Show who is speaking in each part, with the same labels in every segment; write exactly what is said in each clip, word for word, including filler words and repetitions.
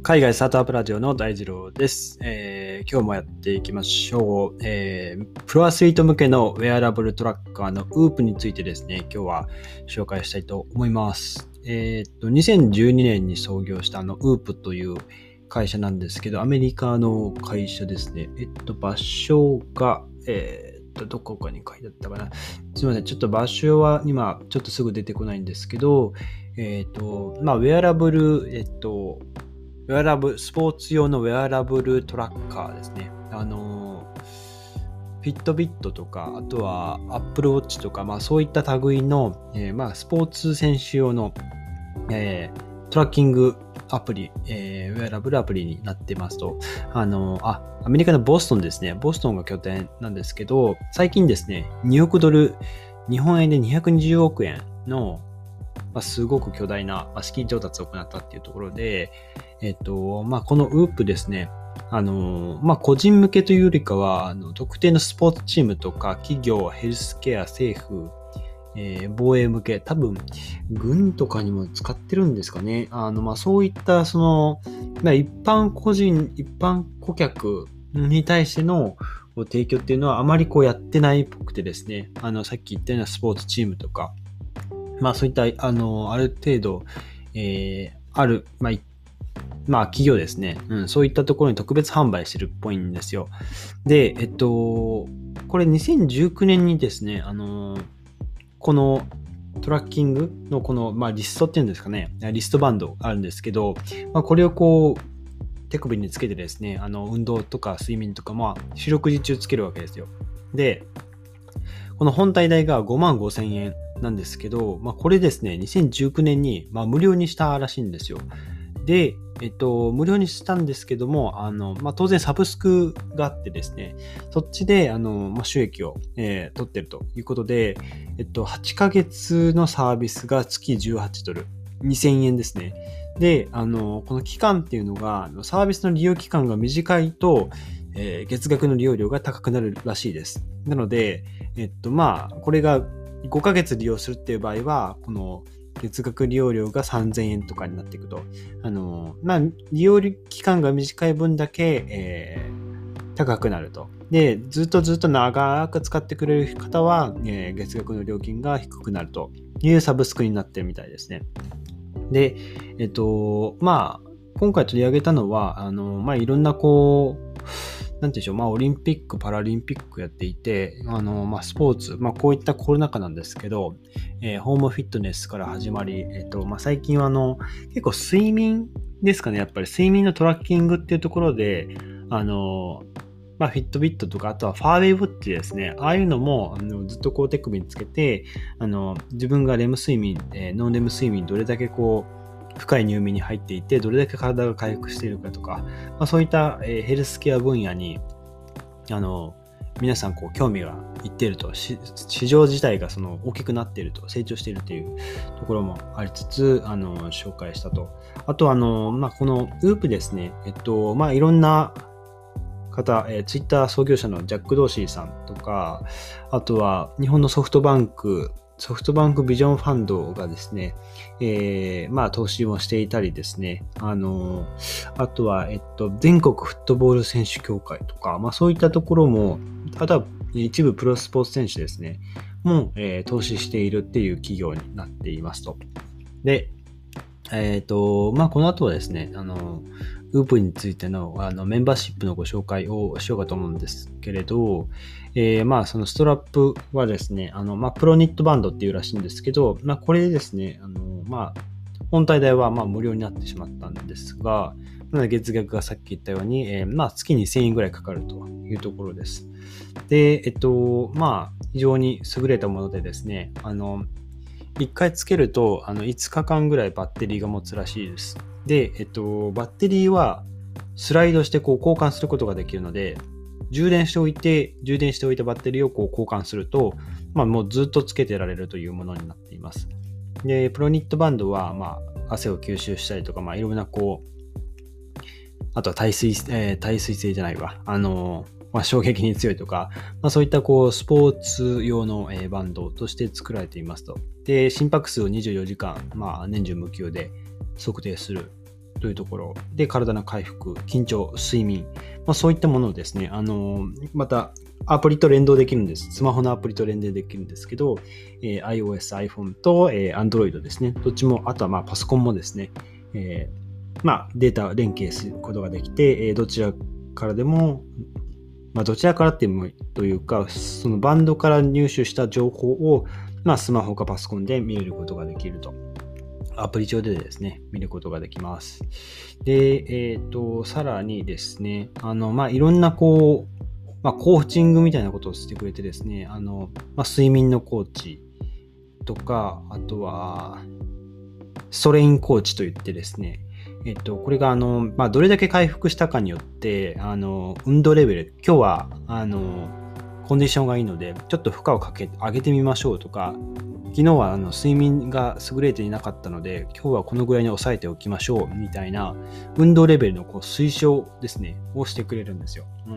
Speaker 1: 海外スタートアップラジオの大二郎です、えー、今日もやっていきましょう、えー、プロアスリート向けのウェアラブルトラッカーの ウープ についてですね、今日は紹介したいと思います。えー、っとにせんじゅうにねんに創業したあの ウープ という会社なんですけど、アメリカの会社ですね。えっと場所が、えーどこかに書いてあったかな。すみません。ちょっと場所は今ちょっとすぐ出てこないんですけど、えっと、まあ、ウェアラブル、えっと、ウェアラブル、スポーツ用のウェアラブルトラッカーですね。あの、フィットビットとか、あとはアップルウォッチとか、まあそういった類の、えー、まあスポーツ選手用の、えー、トラッキングアプリ、えー、ウェアラブルアプリになってますと、あの、あ、アメリカのボストンですね。ボストンが拠点なんですけど、最近ですね、におくドル、日本円でにひゃくにじゅうおくえんの、まあ、すごく巨大な資金調達を行ったっていうところで、えっと、まあ、この ウープ ですね、あの、まあ、個人向けというよりかは、あの特定のスポーツチームとか、企業、ヘルスケア、政府、えー、防衛向け、多分、軍とかにも使ってるんですかね。あの、まあ、そういった、その、まあ、一般個人、一般顧客に対しての提供っていうのはあまりこうやってないっぽくてですね、あの、さっき言ったようなスポーツチームとか、まあそういった、あの、ある程度、えー、ある、まあ、まあ企業ですね、うん、そういったところに特別販売してるっぽいんですよ。で、えっと、これにせんじゅうきゅうねんにですね、あの、このトラッキングのこの、まあ、リストっていうんですかね、リストバンドあるんですけど、まあ、これをこう、手首につけてですね、あの、運動とか睡眠とか、まあ、四六時中つけるわけですよ。で、この本体代がごまんごせんえんなんですけど、まあ、これですね、にせんじゅうきゅうねんに、まあ、無料にしたらしいんですよ。で、えっと、無料にしたんですけども、あの、まあ、当然サブスクがあってですね、そっちで、あの、まあ、収益を、えー、取ってるということで、えっと、はちかげつのサービスが月じゅうはちドル、にせんえんですね。で、あの、この期間っていうのが、サービスの利用期間が短いと、えー、月額の利用料が高くなるらしいです。なので、えっと、まあ、これがごかげつ利用するっていう場合は、この月額利用料がさんぜんえんとかになっていくと。あの、まあ、利用期間が短い分だけ、えー、高くなると。で、ずっとずっと長く使ってくれる方は、えー、月額の料金が低くなるというサブスクになってるみたいですね。で、えっと、まあ、今回取り上げたのは、あの、まあ、いろんなこう、なんていうんでしょう、まあ、オリンピック、パラリンピックやっていて、あの、まあ、スポーツ、まあ、こういったコロナ禍なんですけど、えー、ホームフィットネスから始まり、えっと、まあ、最近はあの、結構睡眠ですかね、やっぱり睡眠のトラッキングっていうところで、あの、まあ、フィットビットとか、あとはファーウェイウォッチですね。ああいうのも、あのずっとこう手首につけて、あの、自分がレム睡眠、えー、ノンレム睡眠、どれだけこう、深い入眠に入っていて、どれだけ体が回復しているかとか、まあ、そういった、えー、ヘルスケア分野に、あの、皆さんこう興味がいっていると、市場自体がその大きくなっていると、成長しているというところもありつつ、あの、紹介したと。あと、あの、まあ、この ウープ ですね、えっと、まあ、いろんな方、えー、ツイッター創業者のジャック・ドーシーさんとか、あとは日本のソフトバンク、ソフトバンクビジョンファンドがですね、えー、まあ投資をしていたりですね、あの、あとは、えっと、全国フットボール選手協会とか、まあそういったところも、あとは一部プロスポーツ選手ですね、も、えー、投資しているっていう企業になっていますと。で、えっと、まあこの後はですね、あの、ウープ についての、あのメンバーシップのご紹介をしようかと思うんですけれど、えー、まあそのストラップはですね、あのまあプロニットバンドっていうらしいんですけど、まあこれでですね、あのまあ本体代はまあ無料になってしまったんですが、月額がさっき言ったように、えー、まあ月にせんえんぐらいかかるというところです。で、えっと、まあ非常に優れたものでですね、あのいっかいつけるとあのいつかかんぐらいバッテリーが持つらしいです。で、えっと、バッテリーはスライドしてこう交換することができるので、充電しておいて、充電しておいたバッテリーをこう交換すると、まあもうずっとつけてられるというものになっています。で、プロニットバンドは、まあ、汗を吸収したりとか、まあいろんなこう、あとは耐水、えー、耐水性じゃないわ。あの、まあ、衝撃に強いとか、まあ、そういったこうスポーツ用の、えー、バンドとして作られていますと。で、心拍数をにじゅうよじかん、まあ年中無休で測定するというところで、体の回復、緊張、睡眠、まあ、そういったものをですね、あのまたアプリと連動できるんです。スマホのアプリと連動できるんですけど、えー、iOS、iPhone と、えー、Android ですね。どっちも、あとはまあパソコンもですね、えーまあ、データ連携することができて、えー、どちらからでも、まあ、どちらからってもというか、そのバンドから入手した情報を、まあ、スマホかパソコンで見れることができると。アプリ上でですね、見ることができます。で、えっと、さらにですね、あの、まあ、いろんなこう、まあ、コーチングみたいなことをしてくれてですね、あの、まあ、睡眠のコーチとか、あとは、ストレインコーチといってですね、えっと、これがあの、まあ、どれだけ回復したかによって、あの、運動レベル、今日は、あの、コンディションがいいので、ちょっと負荷をかけて上げてみましょうとか、昨日はあの睡眠が優れていなかったので、今日はこのぐらいに抑えておきましょうみたいな運動レベルのこう推奨ですね、をしてくれるんですよ。うん、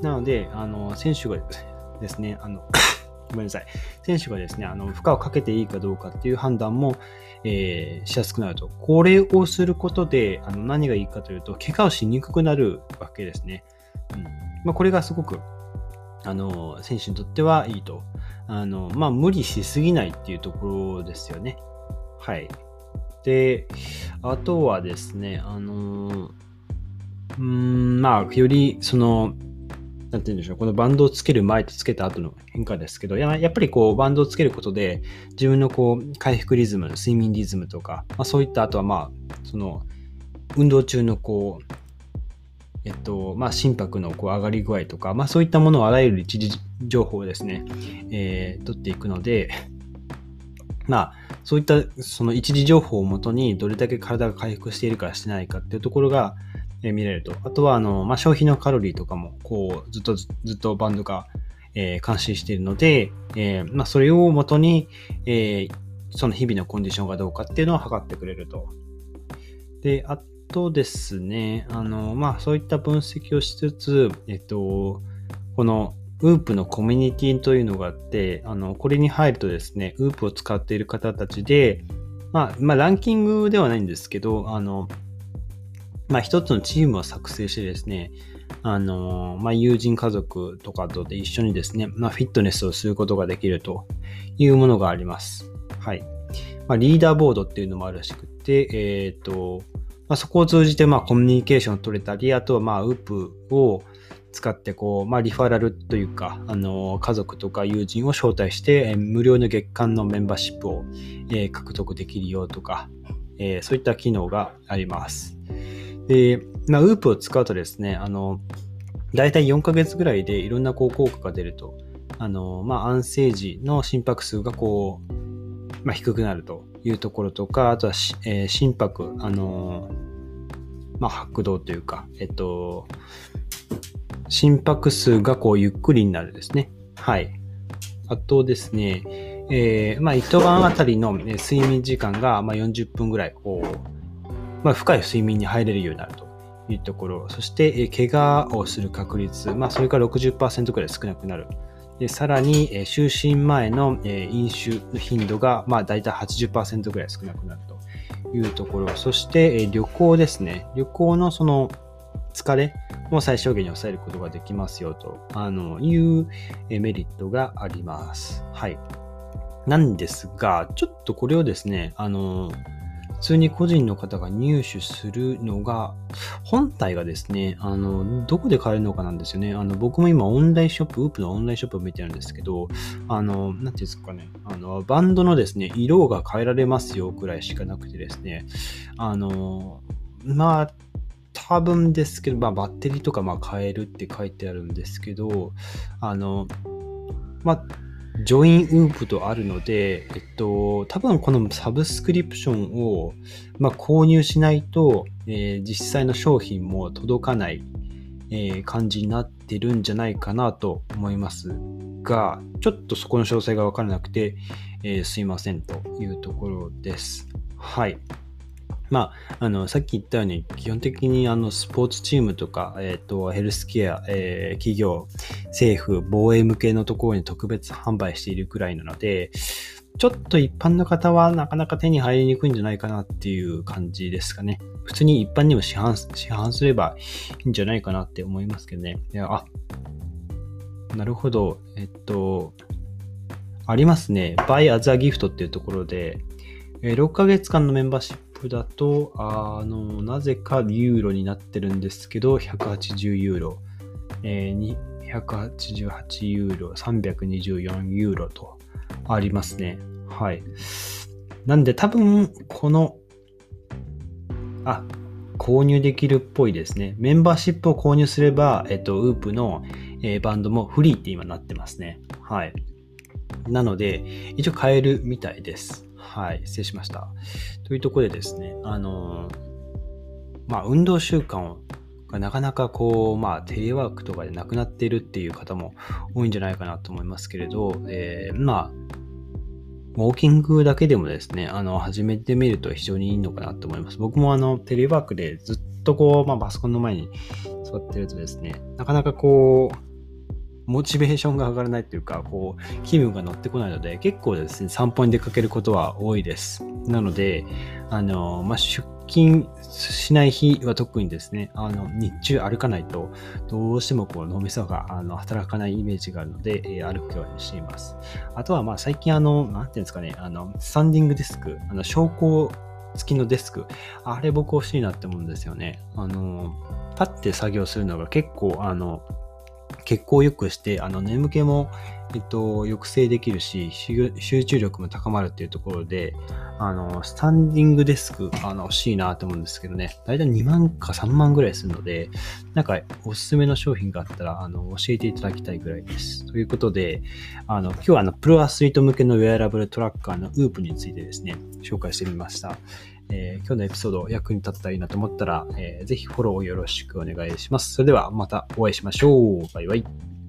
Speaker 1: なので、あの選手がですね、あのごめんなさい、選手がですね、あの負荷をかけていいかどうかっていう判断も、えー、しやすくなると。これをすることであの何がいいかというと、怪我をしにくくなるわけですね。うんまあ、これがすごくあの選手にとってはいいと。あのまあ無理しすぎないっていうところですよね。はい。で、あとはですね、あのうーんまあよりそのなんて言うんでしょう、このバンドをつける前とつけた後の変化ですけど、ややっぱりこうバンドをつけることで自分のこう回復リズム、睡眠リズムとか、まあ、そういったあとはまあその運動中のこうえっとまあ、心拍のこう上がり具合とか、まあ、そういったものをあらゆる一時情報をですね、えー、取っていくので、まあ、そういったその一時情報をもとにどれだけ体が回復しているかしてないかっていうところが見れると。あとはあの、まあ、消費のカロリーとかもこうずっとずっとバンドが、えー、監視しているので、えーまあ、それをもとに、えー、その日々のコンディションがどうかっていうのを測ってくれると。で、あとですね、あの、まあ、そういった分析をしつつ、えっと、この ウープ のコミュニティというのがあって、あの、これに入るとですね、ウープ を使っている方たちで、まあ、まあ、ランキングではないんですけど、あの、まあ、一つのチームを作成してですね、あの、まあ、友人家族とかとで一緒にですね、まあ、フィットネスをすることができるというものがあります。はい。まあ、リーダーボードっていうのもあるらしくて、えっと、まあ、そこを通じてまあコミュニケーションを取れたり、あとはまあ ウープ を使ってこう、まあ、リファラルというか、あの家族とか友人を招待して、えー、無料の月間のメンバーシップを、えー、獲得できるよとか、えー、そういった機能があります。で、まあ、ウープ を使うとですね、あのだいたいよんかげつぐらいでいろんなこう効果が出ると、あのまあ、安静時の心拍数がこう、まあ、低くなるというところとか、あとは、えー、心拍、あのー、まあ、拍動というか、えっと、心拍数がこうゆっくりになるですね。はい。あとですね、えー、まあ、一晩あたりの睡眠時間がまあよんじゅっぷんぐらい、こう、まあ、深い睡眠に入れるようになるというところ、そして、えー、怪我をする確率、まあ、それから ろくじゅっパーセント くらい少なくなる。でさらに、えー、就寝前の、えー、飲酒の頻度が、まあ、だいたい はちじゅっパーセント ぐらい少なくなるというところ、そして、えー、旅行ですね。旅行のその疲れも最小限に抑えることができますよとあのいうメリットがあります。はい。なんですが、ちょっとこれをですね、あの、普通に個人の方が入手するのが、本体がですね、あの、どこで買えるのかなんですよね。あの、僕も今オンラインショップ、ウープ のオンラインショップを見てるんですけど、あの、なんていうんですかね、あの、バンドのですね、色が変えられますよくらいしかなくてですね、あの、まあ、多分ですけど、まあ、バッテリーとかまあ変えるって書いてあるんですけど、あの、まあ、ジョインウープとあるので、えっと、多分このサブスクリプションを、まあ、購入しないと、えー、実際の商品も届かない、えー、感じになってるんじゃないかなと思いますが、ちょっとそこの詳細が分からなくて、えー、すいませんというところです。はい。まあ、あの、さっき言ったように、基本的にあの、スポーツチームとか、えっと、ヘルスケア、えー、企業、政府、防衛向けのところに特別販売しているくらいなので、 ちょっと一般の方はなかなか手に入りにくいんじゃないかなっていう感じですかね。普通に一般にも市販、市販すればいいんじゃないかなって思いますけどね。いや、あ、なるほど。えっと、ありますね。Buy as a Gift っていうところで、ろっかげつかんのメンバーシップだと、あの、なぜかユーロになってるんですけど、ひゃくはちじゅうユーロ、えー、ひゃくはちじゅうはちユーロ、さんびゃくにじゅうよんユーロとありますね。はい。なんで多分、この、あ、購入できるっぽいですね。メンバーシップを購入すれば、えっと、ウープの、えー、バンドもフリーって今なってますね。はい。なので、一応買えるみたいです。はい。失礼しました。というところでですね、あのー、まあ、運動習慣をがなかなかこう、まあ、テレワークとかでなくなっているっていう方も多いんじゃないかなと思いますけれど、えー、まあ、ウォーキングだけでもですね、あの、始めてみると非常にいいのかなと思います。僕もあの、テレワークでずっとこう、まあ、パソコンの前に座ってるとですね、なかなかこう、モチベーションが上がらないというか、こう、気分が乗ってこないので、結構ですね、散歩に出かけることは多いです。なので、あの、まあ、出勤しない日は特にですね、あの、日中歩かないと、どうしてもこう、脳みそがあの働かないイメージがあるので、えー、歩くようにしています。あとは、まあ、最近あの、なんていうんですかね、あの、スタンディングデスク、あの、昇降付きのデスク、あれ僕欲しいなって思うんですよね。あの、立って作業するのが結構、あの、血行を良くして、あの眠気も、えっと、抑制できるし、集中力も高まるっていうところで、あの、スタンディングデスク、あの、欲しいなと思うんですけどね、だいたいにまんかさんまんぐらいするので、なんか、おすすめの商品があったら、あの、教えていただきたいぐらいです。ということで、あの、今日はあの、プロアスリート向けのウェアラブルトラッカーのウープについてですね、紹介してみました。えー、今日のエピソード役に立ったらいいなと思ったら、えー、ぜひフォローよろしくお願いします。それではまたお会いしましょう。バイバイ。